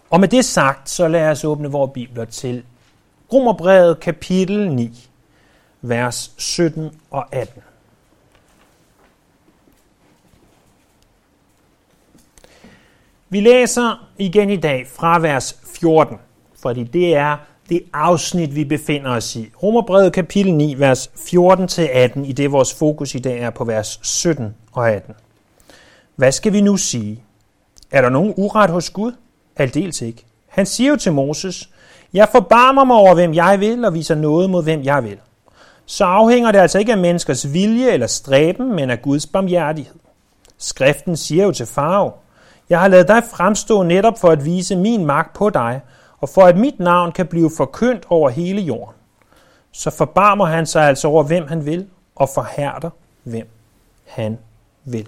Og med det sagt, så lad os åbne vores bibler til Romerbrevet kapitel 9, vers 17 og 18. Vi læser igen i dag fra vers 14, fordi det er det afsnit, vi befinder os i. Romerbrevet kapitel 9, vers 14-18, i det vores fokus i dag er på vers 17 og 18. Hvad skal vi nu sige? Er der nogen uret hos Gud? Aldeles ikke. Han siger jo til Moses, jeg forbarmer mig over, hvem jeg vil, og viser noget mod, hvem jeg vil. Så afhænger det altså ikke af menneskers vilje eller stræben, men af Guds barmhjertighed. Skriften siger jo til Farao, jeg har ladet dig fremstå netop for at vise min magt på dig, og for at mit navn kan blive forkyndt over hele jorden. Så forbarmer han sig altså over, hvem han vil, og forhærder, hvem han vil.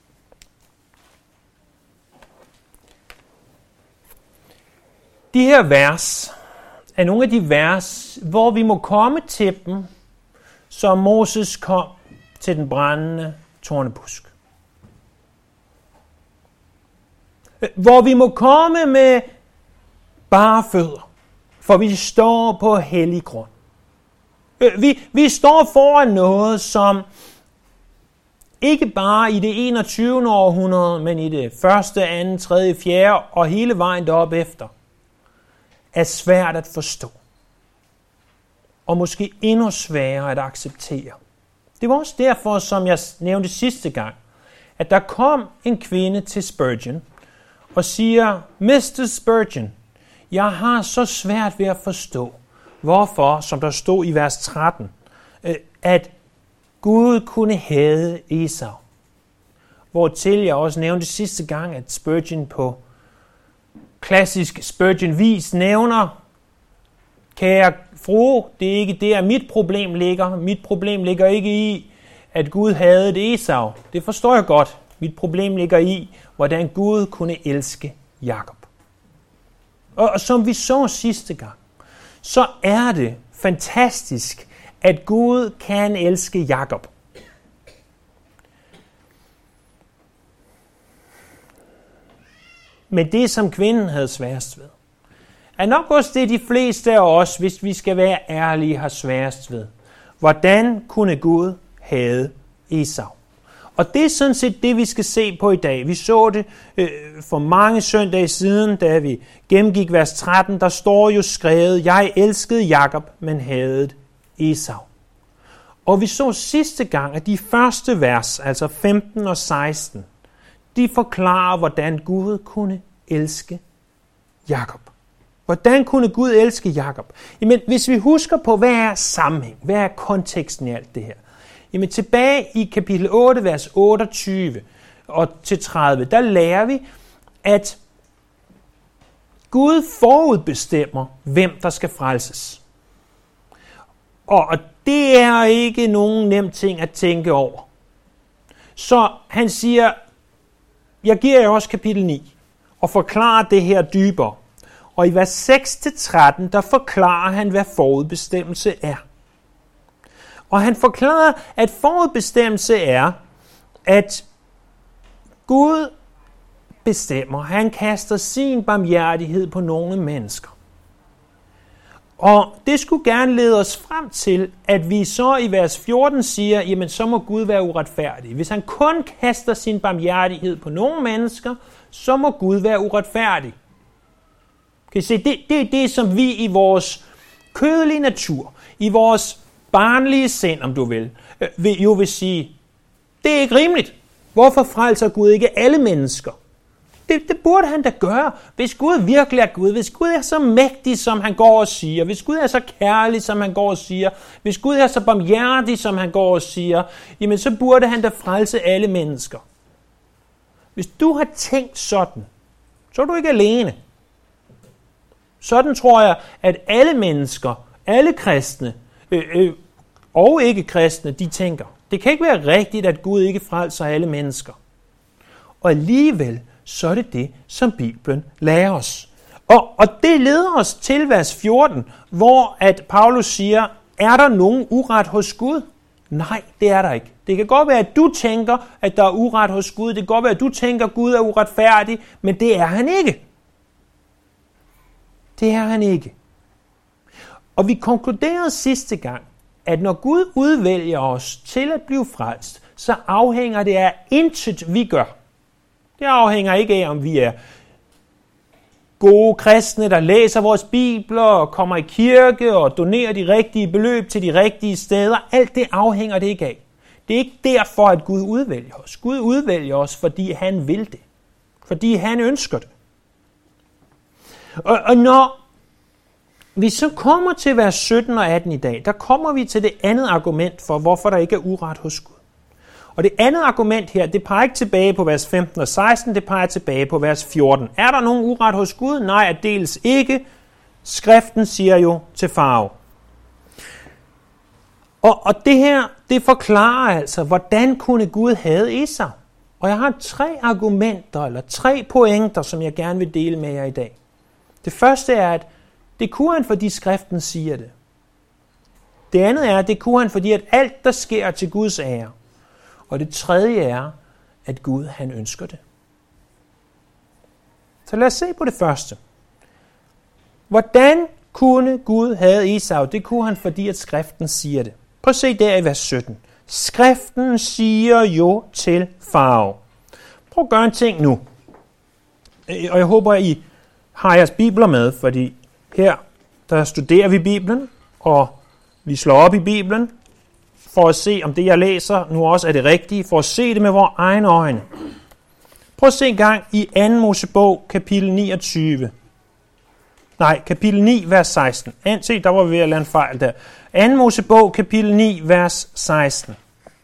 De her vers er nogle af de vers, hvor vi må komme til dem, som Moses kom til den brændende tornebusk. Hvor vi må komme med bare fødder, for vi står på hellig grund. Vi står foran noget, som ikke bare i det 21. århundrede, men i det 1., 2., 3., 4. og hele vejen derop efter, er svært at forstå. Og måske endnu sværere at acceptere. Det var også derfor, som jeg nævnte sidste gang, at der kom en kvinde til Spurgeon og siger, Mr. Spurgeon, jeg har så svært ved at forstå, hvorfor, som der stod i vers 13, at Gud kunne hade Esau. Hvortil jeg også nævnte sidste gang, at Spurgeon på klassisk Spurgeon-vis nævner, kære frue, det er ikke der mit problem ligger. Mit problem ligger ikke i, at Gud hadede Esau. Det forstår jeg godt. Mit problem ligger i, hvordan Gud kunne elske Jakob. Og som vi så sidste gang, så er det fantastisk, at Gud kan elske Jakob. Men det, som kvinden havde sværest ved, er nok også det, de fleste af os, hvis vi skal være ærlige, har sværest ved. Hvordan kunne Gud hade Esau? Og det er sådan set det, vi skal se på i dag. Vi så det for mange søndage siden, da vi gennemgik vers 13. Der står jo skrevet, jeg elskede Jakob, men hadede Esau. Og vi så sidste gang, at de første vers, altså 15 og 16, de forklarer, hvordan Gud kunne elske Jakob. Hvordan kunne Gud elske Jakob? Jamen, hvis vi husker på, hvad er sammenhæng, hvad er konteksten i alt det her? Jamen, tilbage i kapitel 8, vers 28 og til 30, der lærer vi, at Gud forudbestemmer, hvem der skal frelses. Og det er ikke nogen nem ting at tænke over. Så han siger, jeg giver jer også kapitel 9 og forklarer det her dybere. Og i vers 6-13, der forklarer han, hvad forudbestemmelse er. Og han forklarer, at forudbestemmelse er, at Gud bestemmer. Han kaster sin barmhjertighed på nogle mennesker. Og det skulle gerne lede os frem til, at vi så i vers 14 siger, jamen så må Gud være uretfærdig. Hvis han kun kaster sin barmhjertighed på nogle mennesker, så må Gud være uretfærdig. Kan I se, det er det, som vi i vores kødelige natur, i vores barnlige sind, om du vil sige, det er ikke rimeligt. Hvorfor frelser Gud ikke alle mennesker? Det burde han da gøre. Hvis Gud virkelig er Gud, hvis Gud er så mægtig, som han går og siger, hvis Gud er så kærlig, som han går og siger, hvis Gud er så barmhjertig, som han går og siger, jamen så burde han da frelse alle mennesker. Hvis du har tænkt sådan, så er du ikke alene. Sådan tror jeg, at alle mennesker, alle kristne og ikke-kristne, de tænker. Det kan ikke være rigtigt, at Gud ikke frelser alle mennesker. Og alligevel, så er det det, som Bibelen lærer os. Og det leder os til vers 14, hvor at Paulus siger, er der nogen uret hos Gud? Nej, det er der ikke. Det kan godt være, at du tænker, at der er uret hos Gud. Det kan godt være, at du tænker, at Gud er uretfærdig, men det er han ikke. Det er han ikke. Og vi konkluderede sidste gang, at når Gud udvælger os til at blive frelst, så afhænger det af intet, vi gør. Det afhænger ikke af, om vi er gode kristne, der læser vores bibler og kommer i kirke og donerer de rigtige beløb til de rigtige steder. Alt det afhænger det ikke af. Det er ikke derfor, at Gud udvælger os. Gud udvælger os, fordi han vil det. Fordi han ønsker det. Og når vi så kommer til vers 17 og 18 i dag, der kommer vi til det andet argument for, hvorfor der ikke er uret hos Gud. Og det andet argument her, det peger ikke tilbage på vers 15 og 16, det peger tilbage på vers 14. Er der nogen uret hos Gud? Nej, aldeles ikke. Skriften siger jo til farve. Og det her, det forklarer altså, hvordan kunne Gud have Esau. Og jeg har 3 argumenter, eller 3 pointer, som jeg gerne vil dele med jer i dag. Det første er, at det kunne han, fordi skriften siger det. Det andet er, at det kunne han, fordi at alt, der sker til Guds ære. Og det tredje er, at Gud, han ønsker det. Så lad os se på det første. Hvordan kunne Gud have Esau? Det kunne han, fordi at skriften siger det. Prøv at se der i vers 17. Skriften siger jo til farve. Prøv at gøre en ting nu. Og jeg håber, I har jeres bibler med, fordi her, der studerer vi Bibelen, og vi slår op i Bibelen, for at se, om det, jeg læser, nu også er det rigtige, for at se det med vores egne øjne. Prøv at se en gang i 2. Mosebog, kapitel 29. Nej, kapitel 9, vers 16. Se, der var vi ved at lade en fejl der. 2. Mosebog, kapitel 9, vers 16.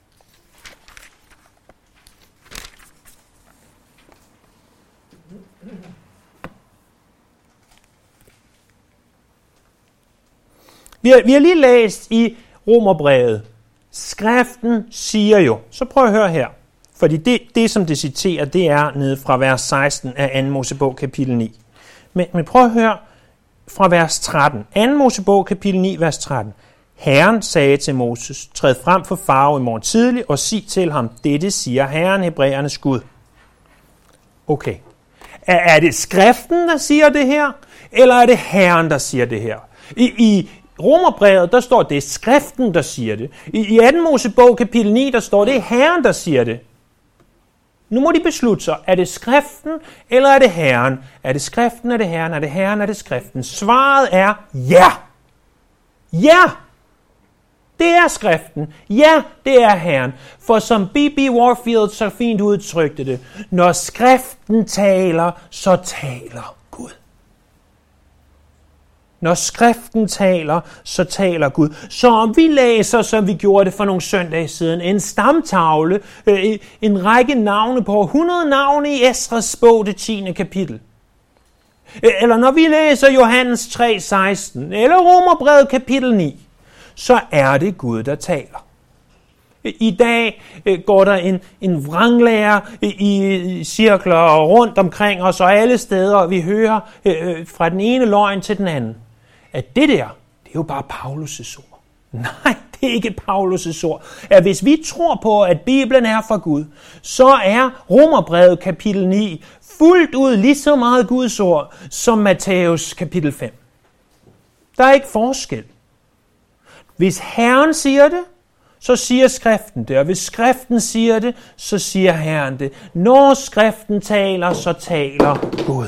Vi har lige læst i Romerbrevet. Skriften siger jo. Så prøv at høre her. Fordi det som det citerer, det er nede fra vers 16 af 2. Mosebog, kapitel 9. Men prøv at høre fra vers 13. 2. Mosebog, kapitel 9, vers 13. Herren sagde til Moses, træd frem for farao i morgen tidlig og sig til ham, dette siger Herren, Hebræernes Gud. Okay. Er det skriften, der siger det her? Eller er det Herren, der siger det her? I Romerbrevet, der står, det er skriften, der siger det. I 2. Mosebog, kapitel 9, der står, det er Herren, der siger det. Nu må de beslutte sig, er det skriften, eller er det Herren? Er det skriften, er det Herren, er det Herren, er det skriften? Svaret er ja. Ja, det er skriften. Ja, det er Herren. For som B.B. Warfield så fint udtrykte det, når skriften taler, så taler Gud. Når skriften taler, så taler Gud. Så om vi læser, som vi gjorde det for nogle søndage siden, en stamtavle, en række navne på 100 navne i Esdras bog, det 10. kapitel. Eller når vi læser Johannes 3:16, eller Romerbrevet kapitel 9, så er det Gud, der taler. I dag går der en vranglære i cirkler rundt omkring os, og alle steder vi hører fra den ene løgn til den anden, at det der, det er jo bare Paulus' ord. Nej, det er ikke Paulus' ord. At hvis vi tror på, at Bibelen er fra Gud, så er Romerbrevet kapitel 9 fuldt ud lige så meget Guds ord som Matthæus kapitel 5. Der er ikke forskel. Hvis Herren siger det, så siger skriften det, og hvis skriften siger det, så siger Herren det. Når skriften taler, så taler Gud.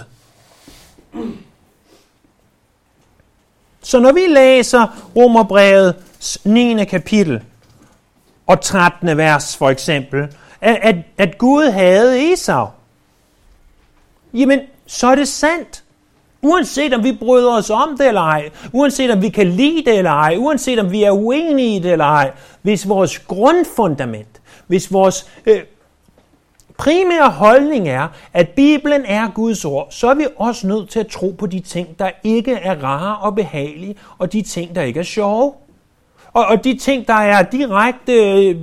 Så når vi læser Romerbrevet 9. kapitel og 13. vers for eksempel, at Gud havde Esau, jamen så er det sandt. Uanset om vi bryder os om det eller ej, uanset om vi kan lide det eller ej, uanset om vi er uenige i det eller ej, hvis vores grundfundament, hvis vores primære holdning er, at Bibelen er Guds ord, så er vi også nødt til at tro på de ting, der ikke er rare og behagelige, og de ting, der ikke er sjove. Og de ting, der er direkte,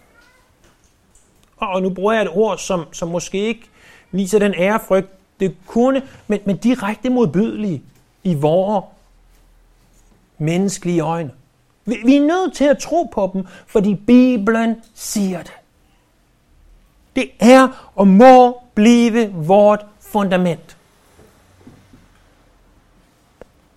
og nu bruger jeg et ord, som måske ikke viser den ærefrygt, det kunne, men direkte modbydelige i vores menneskelige øjne. Vi er nødt til at tro på dem, fordi Bibelen siger det. Det er og må blive vort fundament.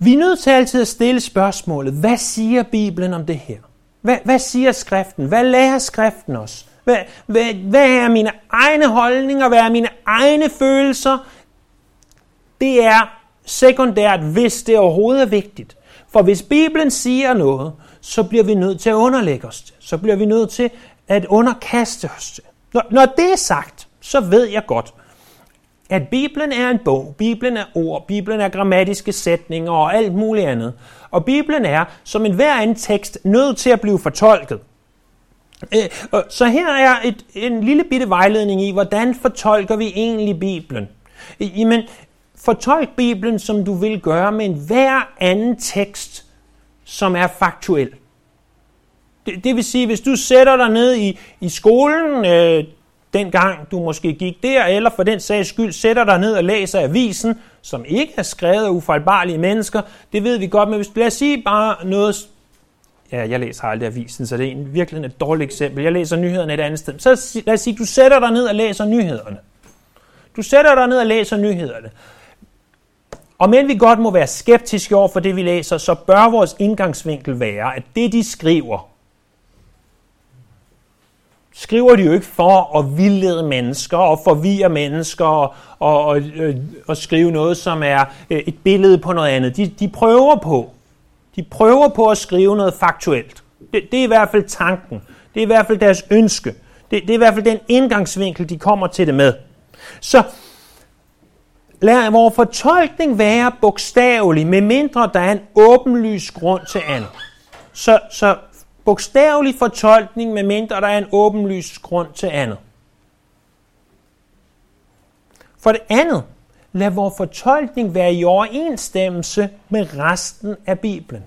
Vi er nødt til altid at stille spørgsmålet, hvad siger Bibelen om det her? Hvad siger skriften? Hvad lærer skriften os? Hvad er mine egne holdninger? Hvad er mine egne følelser? Det er sekundært, hvis det overhovedet er vigtigt. For hvis Bibelen siger noget, så bliver vi nødt til at underlægge os til. Så bliver vi nødt til at underkaste os til. Når det er sagt, så ved jeg godt, at Bibelen er en bog, Bibelen er ord, Bibelen er grammatiske sætninger og alt muligt andet. Og Bibelen er, som enhver anden tekst, nødt til at blive fortolket. Så her er en lille bitte vejledning i, hvordan fortolker vi egentlig Bibelen. Jamen, fortolk Bibelen, som du vil gøre med enhver anden tekst, som er faktuel. Det vil sige, hvis du sætter dig ned i skolen, dengang du måske gik der, eller for den sags skyld sætter dig ned og læser avisen, som ikke er skrevet af ufejlbarlige mennesker, det ved vi godt, men lad os sige bare noget. Ja, jeg læser aldrig avisen, så det er virkelig et dårligt eksempel. Jeg læser nyhederne et andet sted. Så lad os sige, du sætter dig ned og læser nyhederne. Du sætter dig ned og læser nyhederne. Og men vi godt må være skeptiske over for det, vi læser, så bør vores indgangsvinkel være, at det, de skriver de jo ikke for at vildlede mennesker og forvirre mennesker og skrive noget, som er et billede på noget andet. De prøver på at skrive noget faktuelt. Det er i hvert fald tanken. Det er i hvert fald deres ønske. Det er i hvert fald den indgangsvinkel, de kommer til det med. Så lad vores fortolkning være bogstavelig, medmindre der er en åbenlys grund til andet. Så bogstavelig fortolkning, medmindre der er en åbenlys grund til andet. For det andet, lad vores fortolkning være i overensstemmelse med resten af Bibelen.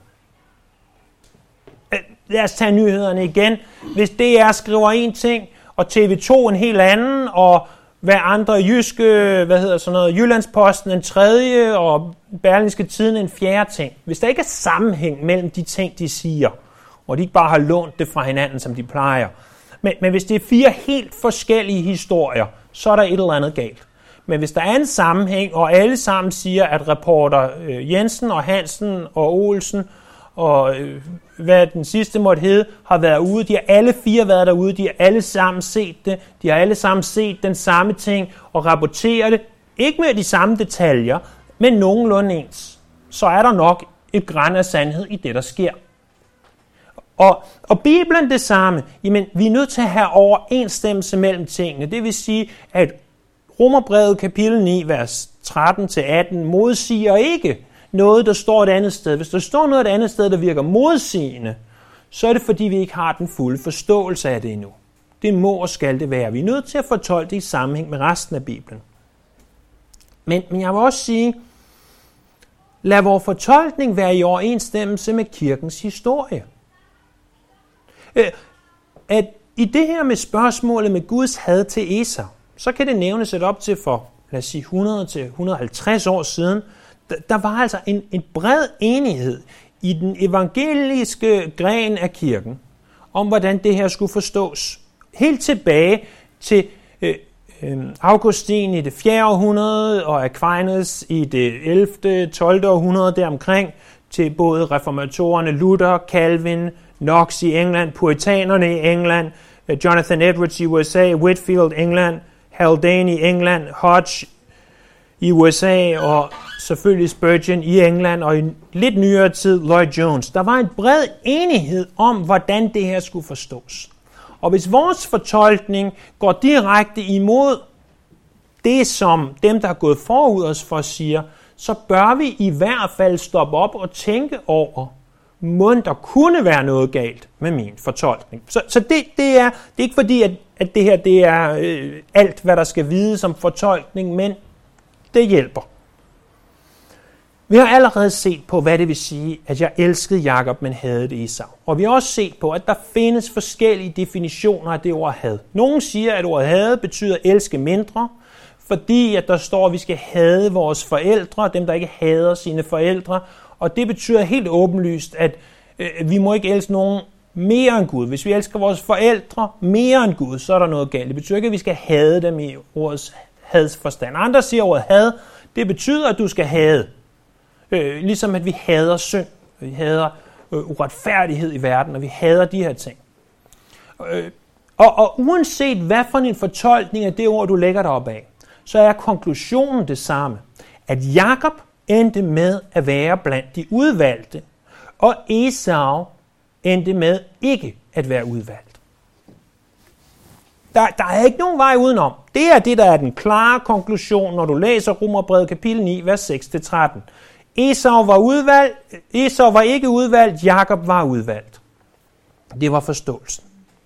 Lad os tage nyhederne igen. Hvis DR skriver en ting, og TV2 en helt anden, og hver andre jyske, Jyllandsposten en tredje, og Berlingske Tidende en fjerde ting. Hvis der ikke er sammenhæng mellem de ting, de siger, og de ikke bare har lånt det fra hinanden, som de plejer. Men hvis det er 4 helt forskellige historier, så er der et eller andet galt. Men hvis der er en sammenhæng, og alle sammen siger, at reporter Jensen og Hansen og Olsen, og hvad den sidste måtte hedde, har været ude. De har alle 4 været derude, de har alle sammen set det, de har alle sammen set den samme ting, og rapporterer det, ikke med de samme detaljer, men nogenlunde ens. Så er der nok et gran af sandhed i det, der sker. Og Bibelen det samme. Jamen, vi er nødt til at have overensstemmelse mellem tingene. Det vil sige, at Romerbrevet kapitel 9, vers 13-18 modsiger ikke noget, der står et andet sted. Hvis der står noget et andet sted, der virker modsigende, så er det fordi, vi ikke har den fulde forståelse af det endnu. Det må og skal det være. Vi er nødt til at fortolke det i sammenhæng med resten af Bibelen. Men jeg vil også sige, lad vores fortolkning være i overensstemmelse med kirkens historie. At i det her med spørgsmålet med Guds had til Esau, så kan det nævnes et op til for, lad os sige, 100 til 150 år siden. Der var altså en bred enighed i den evangeliske gren af kirken, om hvordan det her skulle forstås. Helt tilbage til Augustin i det 4. århundrede, og Aquinas i det 11. 12. århundrede deromkring, til både reformatorerne Luther, Calvin, Knox i England, puritanerne i England, Jonathan Edwards i USA, Whitefield England, Haldane i England, Hodge i USA, og selvfølgelig Spurgeon i England, og i lidt nyere tid Lloyd Jones. Der var en bred enighed om, hvordan det her skulle forstås. Og hvis vores fortolkning går direkte imod det, som dem, der har gået forud os for, siger, så bør vi i hvert fald stoppe op og tænke over, må der kunne være noget galt med min fortolkning. Så det er ikke fordi, at det her det er alt, hvad der skal vides om fortolkning, men det hjælper. Vi har allerede set på, hvad det vil sige, at jeg elskede Jakob, men hadede Esau. Og vi har også set på, at der findes forskellige definitioner af det ord had. Nogle siger, at ordet hade betyder elske mindre, fordi at der står, at vi skal hade vores forældre, dem der ikke hader sine forældre. Og det betyder helt åbenlyst, at vi må ikke elske nogen mere end Gud. Hvis vi elsker vores forældre mere end Gud, så er der noget galt. Det betyder ikke, at vi skal hade dem i ordets hads forstand. Andre siger ordet had, det betyder, at du skal hade. Ligesom at vi hader synd, vi hader uretfærdighed i verden, og vi hader de her ting. Og uanset hvad for en fortolkning af det ord, du lægger dig op af, så er konklusionen det samme. At Jakob endte med at være blandt de udvalgte, og Esau endte med ikke at være udvalgt. Der er ikke nogen vej udenom. Det er det, der er den klare konklusion, når du læser Romerbrevet kapitel 9, vers 6-13. Esau var ikke udvalgt, Jakob var udvalgt. Det var forståelsen.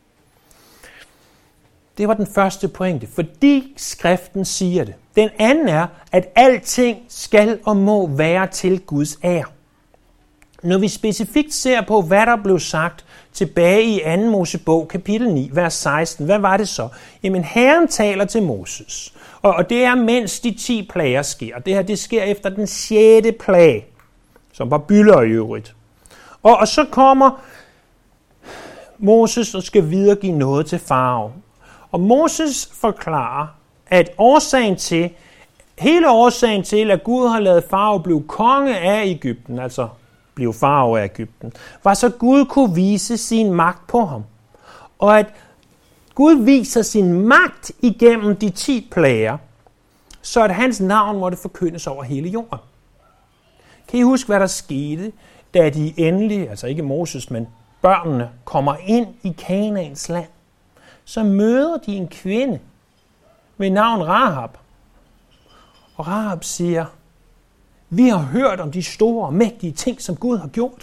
Det var den første pointe, fordi skriften siger det. Den anden er, at alting skal og må være til Guds ære. Når vi specifikt ser på, hvad der blev sagt tilbage i 2. Mosebog, kapitel 9, vers 16, hvad var det så? Jamen, Herren taler til Moses, og det er, mens de 10 plager sker. Det her, det sker efter den 6. plage, som var bylder i øvrigt. Og så kommer Moses og skal videregive noget til farao. Og Moses forklarer, at hele årsagen til, at Gud har lavet farao blive konge af Egypten, altså blev farao af Egypten, var så Gud kunne vise sin magt på ham. Og at Gud viser sin magt igennem de 10 plager, så at hans navn måtte forkyndes over hele jorden. Kan I huske, hvad der skete, da de endelig, altså ikke Moses, men børnene, kommer ind i Kanaans land? Så møder de en kvinde ved navn Rahab. Og Rahab siger, vi har hørt om de store og mægtige ting, som Gud har gjort.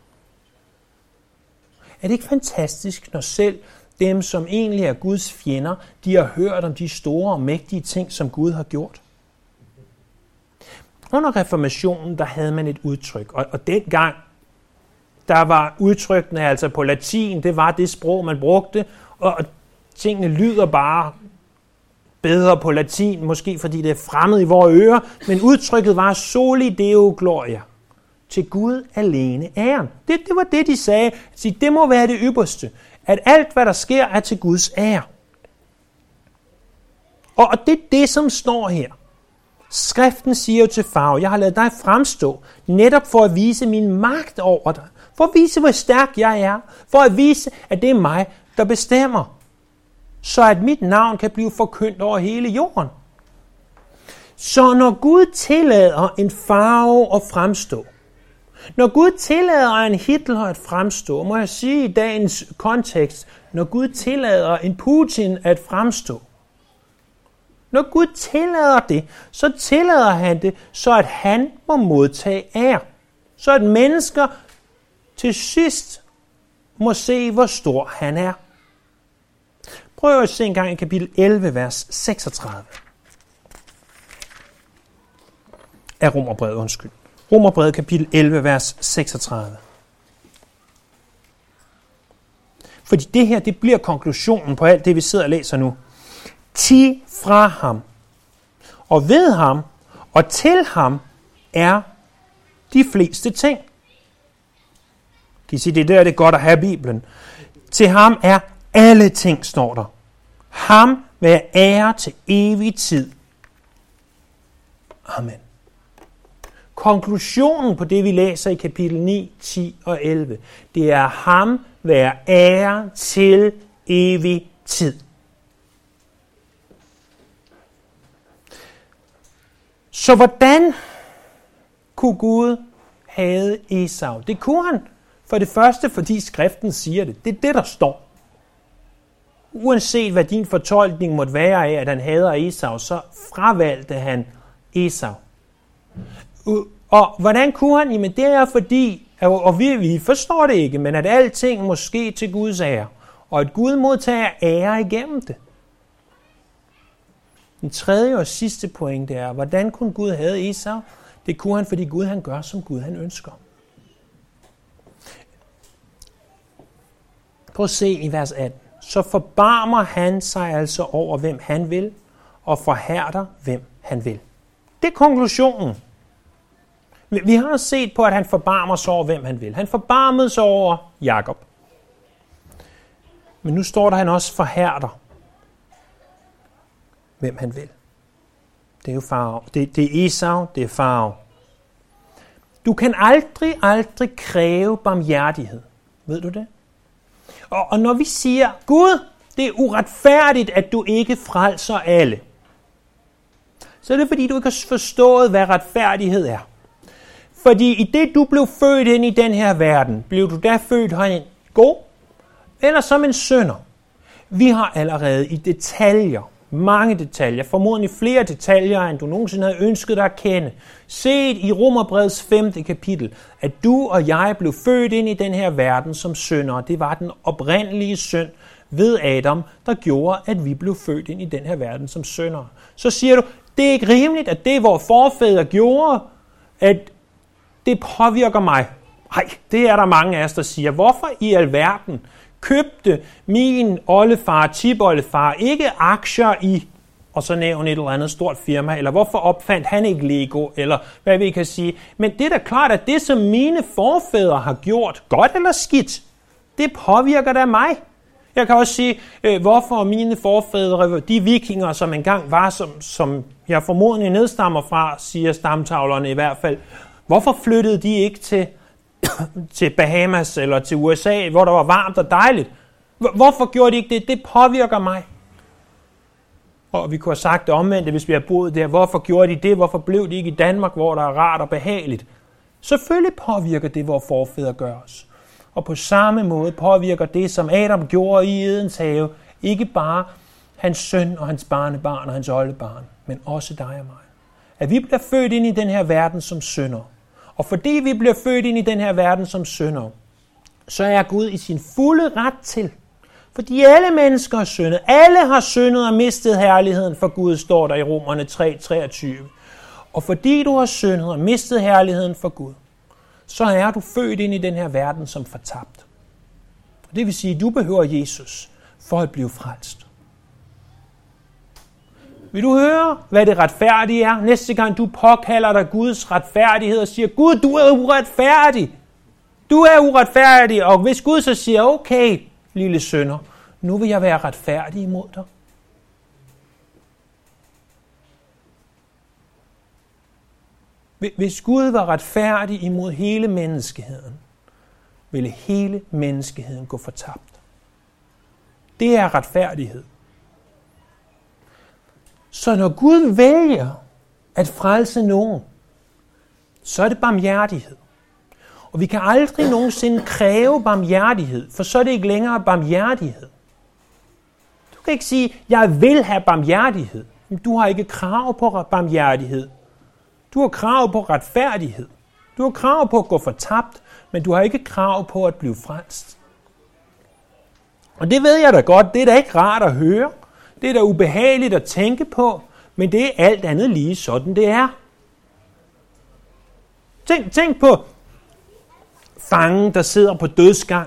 Er det ikke fantastisk, når selv dem, som egentlig er Guds fjender, de har hørt om de store og mægtige ting, som Gud har gjort? Under reformationen, der havde man et udtryk, og dengang, der var udtrykkene altså på latin, det var det sprog, man brugte, og tingene lyder bare bedre på latin, måske fordi det er fremmed i vores ører, men udtrykket var soli deo gloria. Til Gud alene æren. Det var det, de sagde. Det må være det ypperste. At alt, hvad der sker, er til Guds ære. Og det er det, som står her. Skriften siger jo til farao, jeg har ladet dig fremstå, netop for at vise min magt over dig. For at vise, hvor stærk jeg er. For at vise, at det er mig, der bestemmer. Så at mit navn kan blive forkyndt over hele jorden. Så når Gud tillader en farao at fremstå, når Gud tillader en Hitler at fremstå, må jeg sige i dagens kontekst, når Gud tillader en Putin at fremstå, når Gud tillader det, så tillader han det, så at han må modtage ære. Så at mennesker til sidst må se, hvor stor han er. Prøv at se en gang i kapitel 11, vers 36. Af Romerbrevet, Romerbrevet kapitel 11, vers 36. Fordi det her, det bliver konklusionen på alt det, vi sidder og læser nu. Ti fra ham, og ved ham, og til ham er de fleste ting. Kan I sige, det er godt at have Bibelen. Til ham er alle ting, står der. Ham være ære til evig tid. Amen. Konklusionen på det, vi læser i kapitel 9, 10 og 11, det er ham være ære til evig tid. Så hvordan kunne Gud hade Esau? Det kunne han for det første, fordi skriften siger det. Det er det, der står. Uanset hvad din fortolkning måtte være af, at han hader Esau, så fravalgte han Esau. Og hvordan kunne han? Jamen det er fordi, og vi forstår det ikke, men at alting må ske til Guds ære, og at Gud modtager ære igennem det. Den tredje og sidste pointe er, hvordan kunne Gud hade Esau? Det kunne han, fordi Gud han gør, som Gud han ønsker. Prøv at se i vers 18. Så forbarmer han sig altså over, hvem han vil, og forhærder, hvem han vil. Det er konklusionen. Vi har set på, at han forbarmer sig over, hvem han vil. Han forbarmede sig over Jakob. Men nu står der, at han også forhærder, hvem han vil. Det er jo farao. Det er Esau, det er farao. Du kan aldrig kræve barmhjertighed. Ved du det? Og når vi siger, Gud, det er uretfærdigt, at du ikke frelser alle, så er det fordi, du ikke har forstået, hvad retfærdighed er. Fordi i det, du blev født ind i den her verden, blev du der født herind god, eller som en synder. Vi har allerede i detaljer, mange detaljer, formodentlig flere detaljer, end du nogensinde havde ønsket dig at kende, set i Romerbrevets 5. kapitel, at du og jeg blev født ind i den her verden som syndere. Det var den oprindelige synd ved Adam, der gjorde, at vi blev født ind i den her verden som syndere. Så siger du, det er ikke rimeligt, at det, vores forfædre gjorde, at det påvirker mig. Nej, det er der mange af os, der siger. Hvorfor i alverden købte min oldefar, tipoldefar, ikke aktier i, og så nævne et eller andet stort firma, eller hvorfor opfandt han ikke Lego, eller hvad vi kan sige. Men det er da klart, at det, som mine forfædre har gjort, godt eller skidt, det påvirker da mig. Jeg kan også sige, hvorfor mine forfædre, de vikinger, som engang var, som jeg formodentlig nedstammer fra, siger stamtavlerne i hvert fald, hvorfor flyttede de ikke til Bahamas eller til USA, hvor der var varmt og dejligt? Hvorfor gjorde de ikke det? Det påvirker mig. Og vi kunne have sagt det omvendt, hvis vi havde boet der. Hvorfor gjorde de det? Hvorfor blev de ikke i Danmark, hvor der er rart og behageligt? Selvfølgelig påvirker det, hvor forfædre gør os. Og på samme måde påvirker det, som Adam gjorde i Edens have, ikke bare hans søn og hans barnebarn og hans oldebarn, men også dig og mig. At vi bliver født ind i den her verden som syndere. Og fordi vi bliver født ind i den her verden som syndere, så er Gud i sin fulde ret til. Fordi alle mennesker har syndet. Alle har syndet og mistet herligheden for Gud, står der i Romerne 3:23. Og fordi du har syndet og mistet herligheden for Gud, så er du født ind i den her verden som fortabt. Det vil sige, at du behøver Jesus for at blive frelst. Vil du høre, hvad det retfærdige er? Næste gang du påkalder dig Guds retfærdighed og siger, Gud, du er uretfærdig. Du er uretfærdig. Og hvis Gud så siger, okay, lille synder, nu vil jeg være retfærdig imod dig. Hvis Gud var retfærdig imod hele menneskeheden, ville hele menneskeheden gå fortabt. Det er retfærdighed. Så når Gud vælger at frelse nogen, så er det barmhjertighed. Og vi kan aldrig nogensinde kræve barmhjertighed, for så er det ikke længere barmhjertighed. Du kan ikke sige, jeg vil have barmhjertighed. Du har ikke krav på barmhjertighed. Du har krav på retfærdighed. Du har krav på at gå fortabt, men du har ikke krav på at blive frelst. Og det ved jeg da godt, det er da ikke rart at høre. Det er da ubehageligt at tænke på, men det er alt andet lige sådan, det er. Tænk på fangen, der sidder på dødsgang,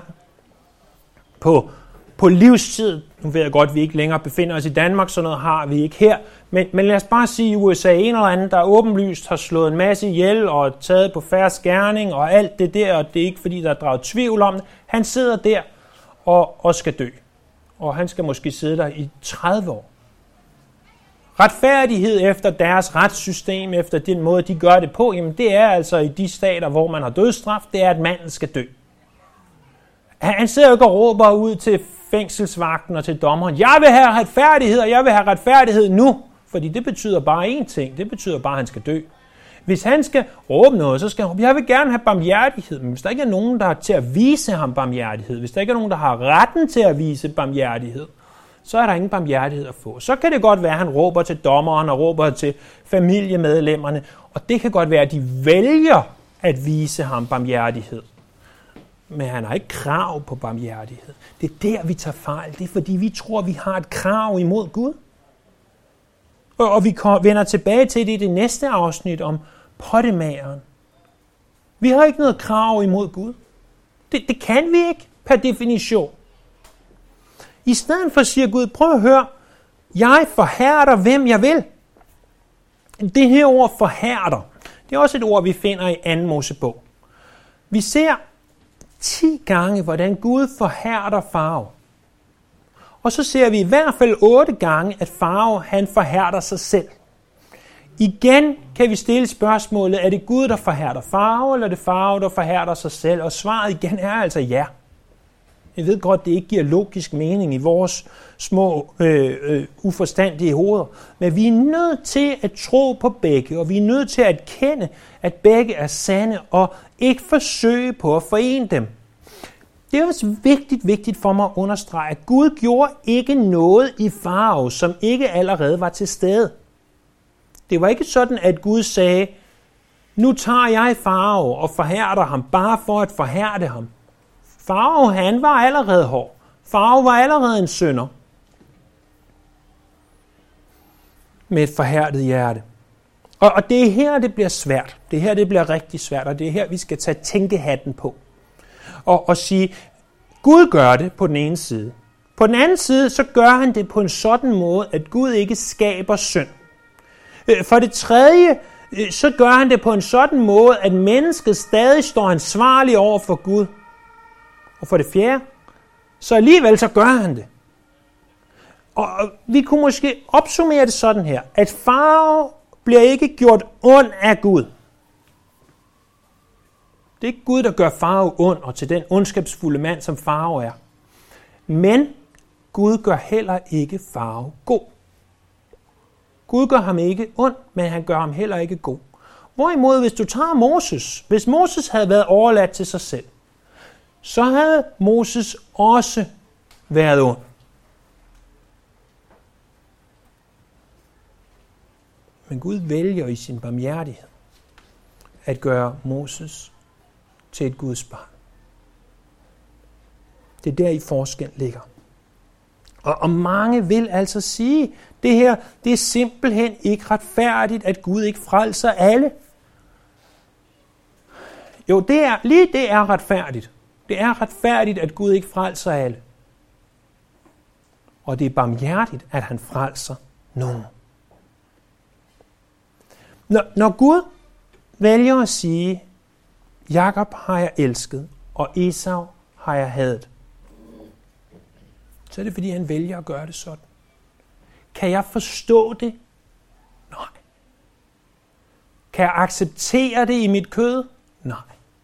på livstid. Nu ved jeg godt, at vi ikke længere befinder os i Danmark, så noget har vi ikke her. Men lad os bare sige, at i USA en eller anden, der åbenlyst har slået en masse ihjel og taget på færre gerning og alt det der, og det er ikke fordi, der er draget tvivl om det. Han sidder der og skal dø. Og han skal måske sidde der i 30 år. Retfærdighed efter deres retssystem, efter den måde, de gør det på, jamen det er altså i de stater, hvor man har dødsstraf, det er, at manden skal dø. Han sidder jo ikke og råber ud til fængselsvagten og til dommeren, jeg vil have retfærdighed, og jeg vil have retfærdighed nu. Fordi det betyder bare én ting, det betyder bare, at han skal dø. Hvis han skal råbe noget, så skal han råbe, jeg vil gerne have barmhjertighed. Men hvis der ikke er nogen, der er til at vise ham barmhjertighed, hvis der ikke er nogen, der har retten til at vise barmhjertighed, så er der ingen barmhjertighed at få. Så kan det godt være, at han råber til dommeren og råber til familiemedlemmerne, og det kan godt være, at de vælger at vise ham barmhjertighed. Men han har ikke krav på barmhjertighed. Det er der, vi tager fejl. Det er, fordi vi tror, vi har et krav imod Gud. Og vi vender tilbage til det i det næste afsnit om pottemageren. Vi har ikke noget krav imod Gud. Det kan vi ikke per definition. I stedet for siger Gud, prøv at høre, jeg forhærder, hvem jeg vil. Det her ord forhærder, det er også et ord, vi finder i 2. Mosebog. Vi ser 10 gange, hvordan Gud forhærder Farao. Og så ser vi i hvert fald 8 gange, at Farao han forhærder sig selv. Igen kan vi stille spørgsmålet, er det Gud, der forhærder farve, eller er det farve, der forhærder sig selv? Og svaret igen er altså ja. Jeg ved godt, det ikke giver logisk mening i vores små uforstandige hoveder, men vi er nødt til at tro på begge, og vi er nødt til at erkende, at begge er sande, og ikke forsøge på at forene dem. Det er også vigtigt for mig at understrege, at Gud gjorde ikke noget i farve, som ikke allerede var til stede. Det var ikke sådan, at Gud sagde, nu tager jeg farve og forhærder ham, bare for at forhærde ham. Farve, han var allerede hård. Farve var allerede en synder. Med et forhærdet hjerte. Og det er her, det bliver svært. Det er her, det bliver rigtig svært, og det er her, vi skal tage tænkehatten på. Og sige, Gud gør det på den ene side. På den anden side, så gør han det på en sådan måde, at Gud ikke skaber synd. For det tredje, så gør han det på en sådan måde, at mennesket stadig står ansvarlig over for Gud. Og for det fjerde, så alligevel så gør han det. Og vi kunne måske opsummere det sådan her, at farve bliver ikke gjort ond af Gud. Det er ikke Gud, der gør farve ond, og til den ondskabsfulde mand, som farve er. Men Gud gør heller ikke farve god. Gud gør ham ikke ond, men han gør ham heller ikke god. Hvorimod, hvis du tager Moses, hvis Moses havde været overladt til sig selv, så havde Moses også været ond. Men Gud vælger i sin barmhjertighed at gøre Moses til et Guds barn. Det er der i forskel ligger. Og mange vil altså sige, det her, det er simpelthen ikke retfærdigt, at Gud ikke frelser alle. Jo, det er retfærdigt. Det er retfærdigt, at Gud ikke frelser alle. Og det er barmhjertigt, at han frelser nogen. Når Gud vælger at sige, Jakob har jeg elsket, og Esau har jeg hadet, så er det fordi, han vælger at gøre det sådan. Kan jeg forstå det? Nej. Kan jeg acceptere det i mit kød? Nej.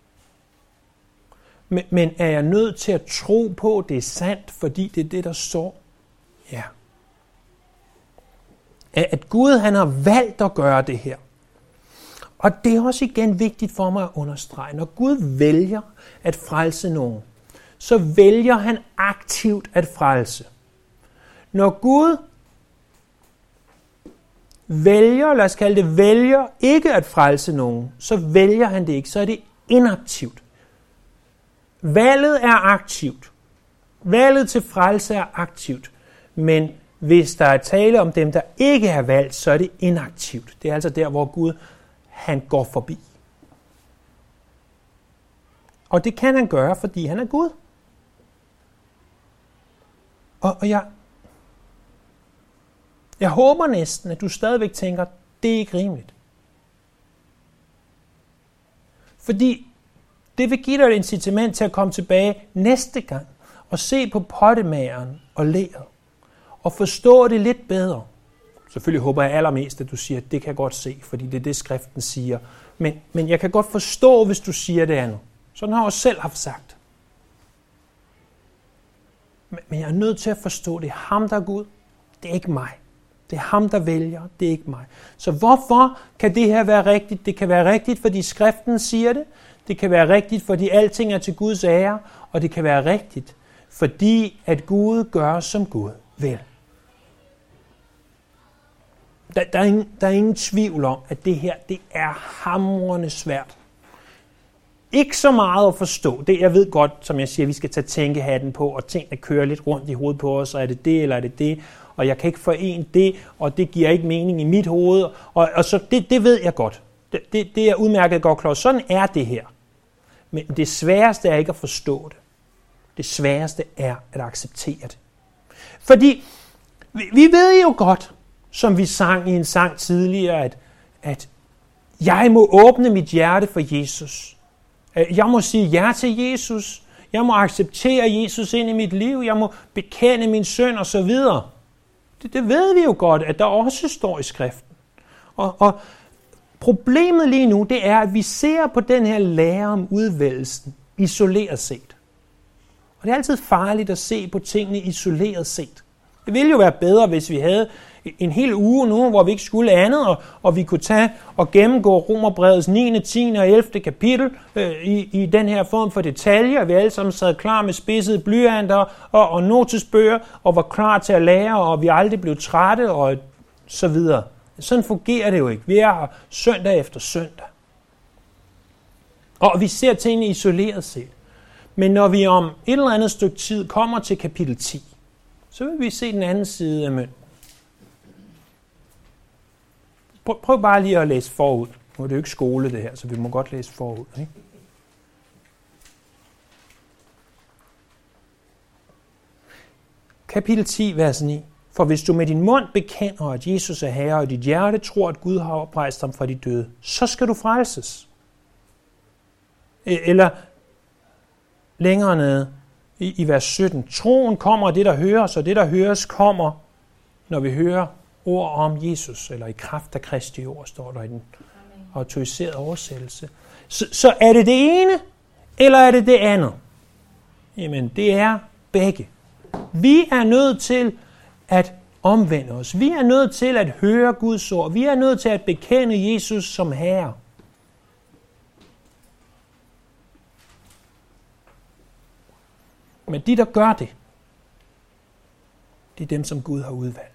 Men er jeg nødt til at tro på, at det er sandt, fordi det er det, der står? Ja. At Gud han har valgt at gøre det her. Og det er også igen vigtigt for mig at understrege. Når Gud vælger at frelse nogen, så vælger han aktivt at frelse. Når Gud vælger, lad os kalde det vælger, ikke at frelse nogen, så vælger han det ikke, så er det inaktivt. Valget er aktivt. Valget til frelse er aktivt. Men hvis der er tale om dem, der ikke er valgt, så er det inaktivt. Det er altså der, hvor Gud han går forbi. Og det kan han gøre, fordi han er Gud. Og jeg håber næsten, at du stadigvæk tænker, det er ikke rimeligt. Fordi det vil give dig et incitament til at komme tilbage næste gang og se på pottemageren og leret og forstå det lidt bedre. Selvfølgelig håber jeg allermest, at du siger, at det kan jeg godt se, fordi det er det, skriften siger. Men jeg kan godt forstå, hvis du siger det andet. Sådan har jeg også selv haft sagt. Men jeg er nødt til at forstå, det er ham, der er Gud. Det er ikke mig. Det er ham, der vælger. Det er ikke mig. Så hvorfor kan det her være rigtigt? Det kan være rigtigt, fordi skriften siger det. Det kan være rigtigt, fordi alting er til Guds ære. Og det kan være rigtigt, fordi at Gud gør, som Gud vil. Der er ingen tvivl om, at det her, det er hamrende svært. Ikke så meget at forstå. Det, jeg ved godt, som jeg siger, vi skal tage tænkehatten på, og tingene kører lidt rundt i hovedet på os, og er det det, eller er det det, og jeg kan ikke forene det, og det giver ikke mening i mit hoved, og så det ved jeg godt. Det er udmærket godt klar. Sådan er det her. Men det sværeste er ikke at forstå det. Det sværeste er at acceptere det. Fordi vi ved jo godt, som vi sang i en sang tidligere, at jeg må åbne mit hjerte for Jesus. Jeg må sige ja til Jesus. Jeg må acceptere Jesus ind i mit liv. Jeg må bekende min synd og så videre. Det ved vi jo godt, at der også står i skriften. Og problemet lige nu, det er, at vi ser på den her lære om udvælgelsen isoleret set. Og det er altid farligt at se på tingene isoleret set. Det ville jo være bedre, hvis vi havde en hel uge nu, hvor vi ikke skulle andet, og vi kunne tage og gennemgå Romerbrevets 9., 10. og 11. kapitel i den her form for detaljer. Vi alle sammen sad klar med spidsede blyanter og notesbøger, og var klar til at lære, og vi aldrig blev trætte, og så videre. Sådan fungerer det jo ikke. Vi er her søndag efter søndag. Og vi ser tingene isoleret set. Men når vi om et eller andet stykke tid kommer til kapitel 10, så vil vi se den anden side af mønten. Prøv bare lige at læse forud. Nu er det jo ikke skole det her, så vi må godt læse forud. Ikke? Kapitel 10, vers 9. For hvis du med din mund bekender, at Jesus er Herre, og dit hjerte tror, at Gud har oprejst ham fra de døde, så skal du frelses. Eller længere nede i vers 17. Troen kommer af det, der høres, og det, der høres, kommer, når vi hører ord om Jesus, eller i kraft af Kristi ord, står der i den autoriserede oversættelse. Så er det det ene, eller er det det andet? Jamen, det er begge. Vi er nødt til at omvende os. Vi er nødt til at høre Guds ord. Vi er nødt til at bekende Jesus som Herre. Men de, der gør det, det er dem, som Gud har udvalgt.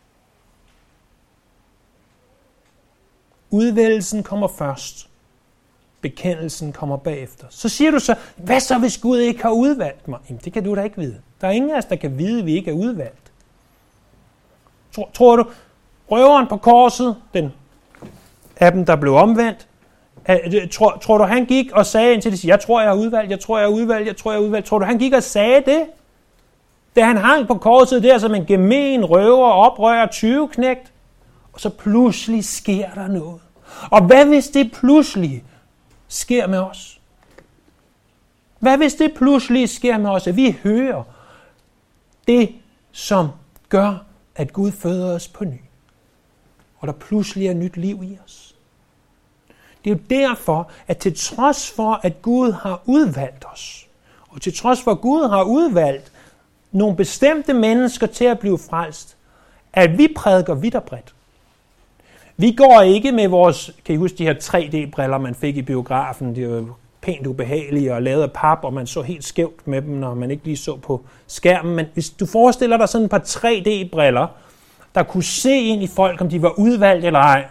Udvælgelsen kommer først. Bekendelsen kommer bagefter. Så siger du så, hvad så hvis Gud ikke har udvalgt mig? Jamen, det kan du da ikke vide. Der er ingen af os, der kan vide, at vi ikke er udvalgt. Tror du, røveren på korset, den af dem, der blev omvendt, tror du, han gik og sagde indtil de siger, jeg tror, jeg er udvalgt, jeg tror, jeg er udvalgt, jeg tror, jeg er udvalgt. Tror du, han gik og sagde det? Da han hang på korset der som en gemen røver, oprører, 20-knægt, og så pludselig sker der noget. Og hvad hvis det pludselig sker med os? Hvad hvis det pludselig sker med os, at vi hører det, som gør, at Gud føder os på ny, og der pludselig er nyt liv i os? Det er jo derfor, at til trods for, at Gud har udvalgt os, og til trods for, at Gud har udvalgt nogle bestemte mennesker til at blive frelst, at vi prædiker vidt og bredt. Vi går ikke med vores, kan I huske de her 3D-briller, man fik i biografen, de var pænt ubehagelige og lavet af pap, og man så helt skævt med dem, når man ikke lige så på skærmen. Men hvis du forestiller dig sådan et par 3D-briller, der kunne se ind i folk, om de var udvalgt eller ej.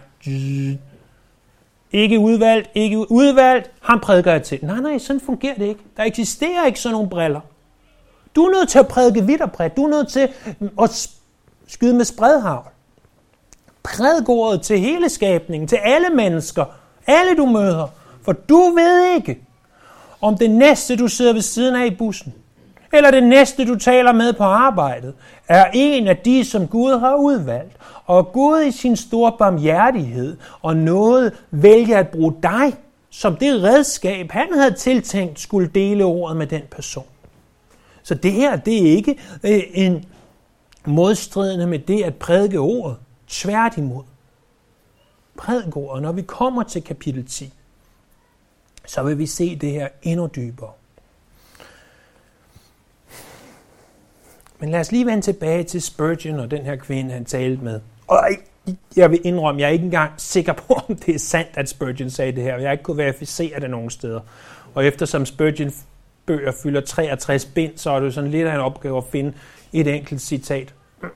Ikke udvalgt, ikke udvalgt, ham prædiker jeg til. Nej, sådan fungerer det ikke. Der eksisterer ikke sådan nogle briller. Du er nødt til at prædike vidt og bredt. Du er nødt til at skyde med spredhavl. Prædik ordet til hele skabningen, til alle mennesker, alle du møder. For du ved ikke, om det næste, du sidder ved siden af i bussen, eller det næste, du taler med på arbejdet, er en af de, som Gud har udvalgt. Og Gud i sin store barmhjertighed og noget vælger at bruge dig som det redskab, han havde tiltænkt skulle dele ordet med den person. Så det her, det er ikke en modstridende med det at prædike ordet. Tværtimod. Prædik ordet. Når vi kommer til kapitel 10, så vil vi se det her endnu dybere. Men lad os lige vende tilbage til Spurgeon og den her kvinde, han talte med. Og jeg vil indrømme, jeg er ikke engang sikker på, om det er sandt, at Spurgeon sagde det her. Jeg har ikke kunnet verificere det nogen steder. Og eftersom Spurgeon bøger fylder 63 bind, så er det jo sådan lidt af en opgave at finde et enkelt citat.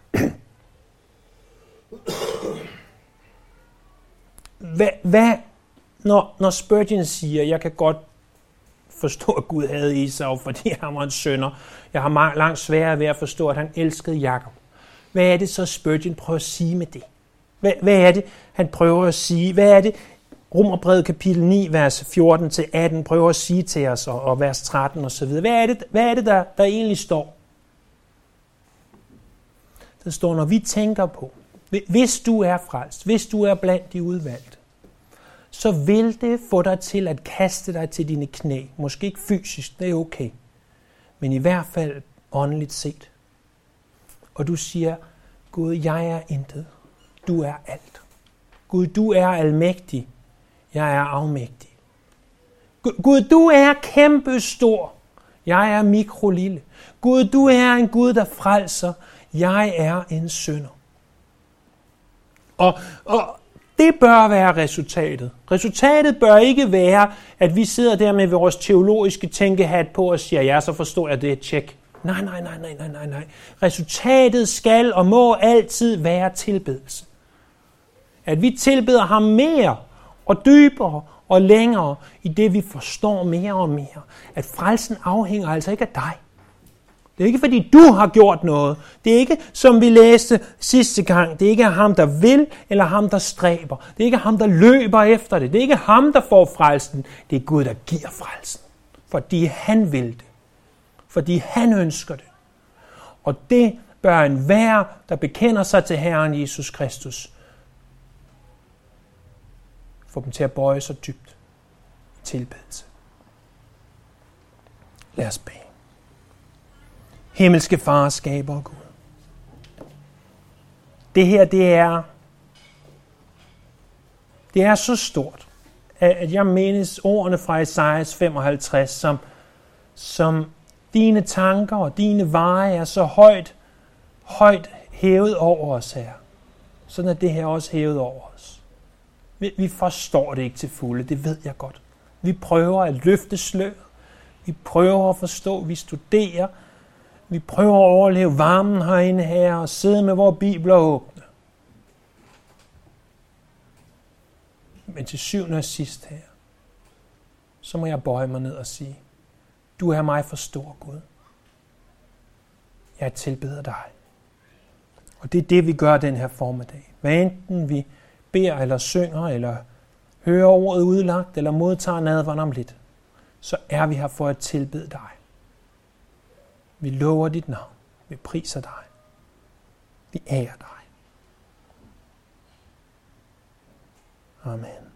Hvad når Spurgeon siger, jeg kan godt forstå, at Gud havde Esau, fordi han var en synder. Jeg har langt sværere ved at forstå, at han elskede Jakob. Hvad er det så, Spurgeon prøver at sige med det? Hvad er det, han prøver at sige? Hvad er det, Romerbrevet kapitel 9, vers 14-18 prøver at sige til os, og vers 13 osv.? Hvad er det, der egentlig står? Der står, når vi tænker på, hvis du er frelst, hvis du er blandt de udvalgte, så vil det få dig til at kaste dig til dine knæ. Måske ikke fysisk, det er okay. Men i hvert fald åndeligt set. Og du siger, Gud, jeg er intet. Du er alt. Gud, du er almægtig. Jeg er afmægtig. Gud, du er kæmpestor. Jeg er mikrolille. Gud, du er en Gud, der frelser. Jeg er en synder. Og det bør være resultatet. Resultatet bør ikke være, at vi sidder der med vores teologiske tænkehat på og siger, ja, så forstår jeg det, tjek. Nej. Resultatet skal og må altid være tilbedelse. At vi tilbeder ham mere og dybere og længere i det, vi forstår mere og mere. At frelsen afhænger altså ikke af dig. Det er ikke, fordi du har gjort noget. Det er ikke, som vi læste sidste gang. Det er ikke ham, der vil, eller ham, der stræber. Det er ikke ham, der løber efter det. Det er ikke ham, der får frelsen. Det er Gud, der giver frelsen. Fordi han vil det. Fordi han ønsker det. Og det bør enhver, der bekender sig til Herren Jesus Kristus, få dem til at bøje sig dybt i tilbedelse. Lad os bede. Himmelske Far, skaber Gud. Det her, det er så stort, at jeg mindes ordene fra Esajas 55, som dine tanker og dine veje er så højt hævet over os her. Sådan er det her også hævet over os. Vi forstår det ikke til fulde, det ved jeg godt. Vi prøver at løfte sløret. Vi prøver at forstå, vi studerer. Vi prøver at overleve varmen herinde her og sidde med vores bibler åbne. Men til syvende og sidst her, så må jeg bøje mig ned og sige, du er mig for stor, Gud. Jeg tilbeder dig. Og det er det, vi gør den her formiddag. Hvad enten vi beder eller synger, eller hører ordet udlagt, eller modtager nadveren om lidt, så er vi her for at tilbede dig. Vi lover dit navn. Vi priser dig. Vi ærer dig. Amen.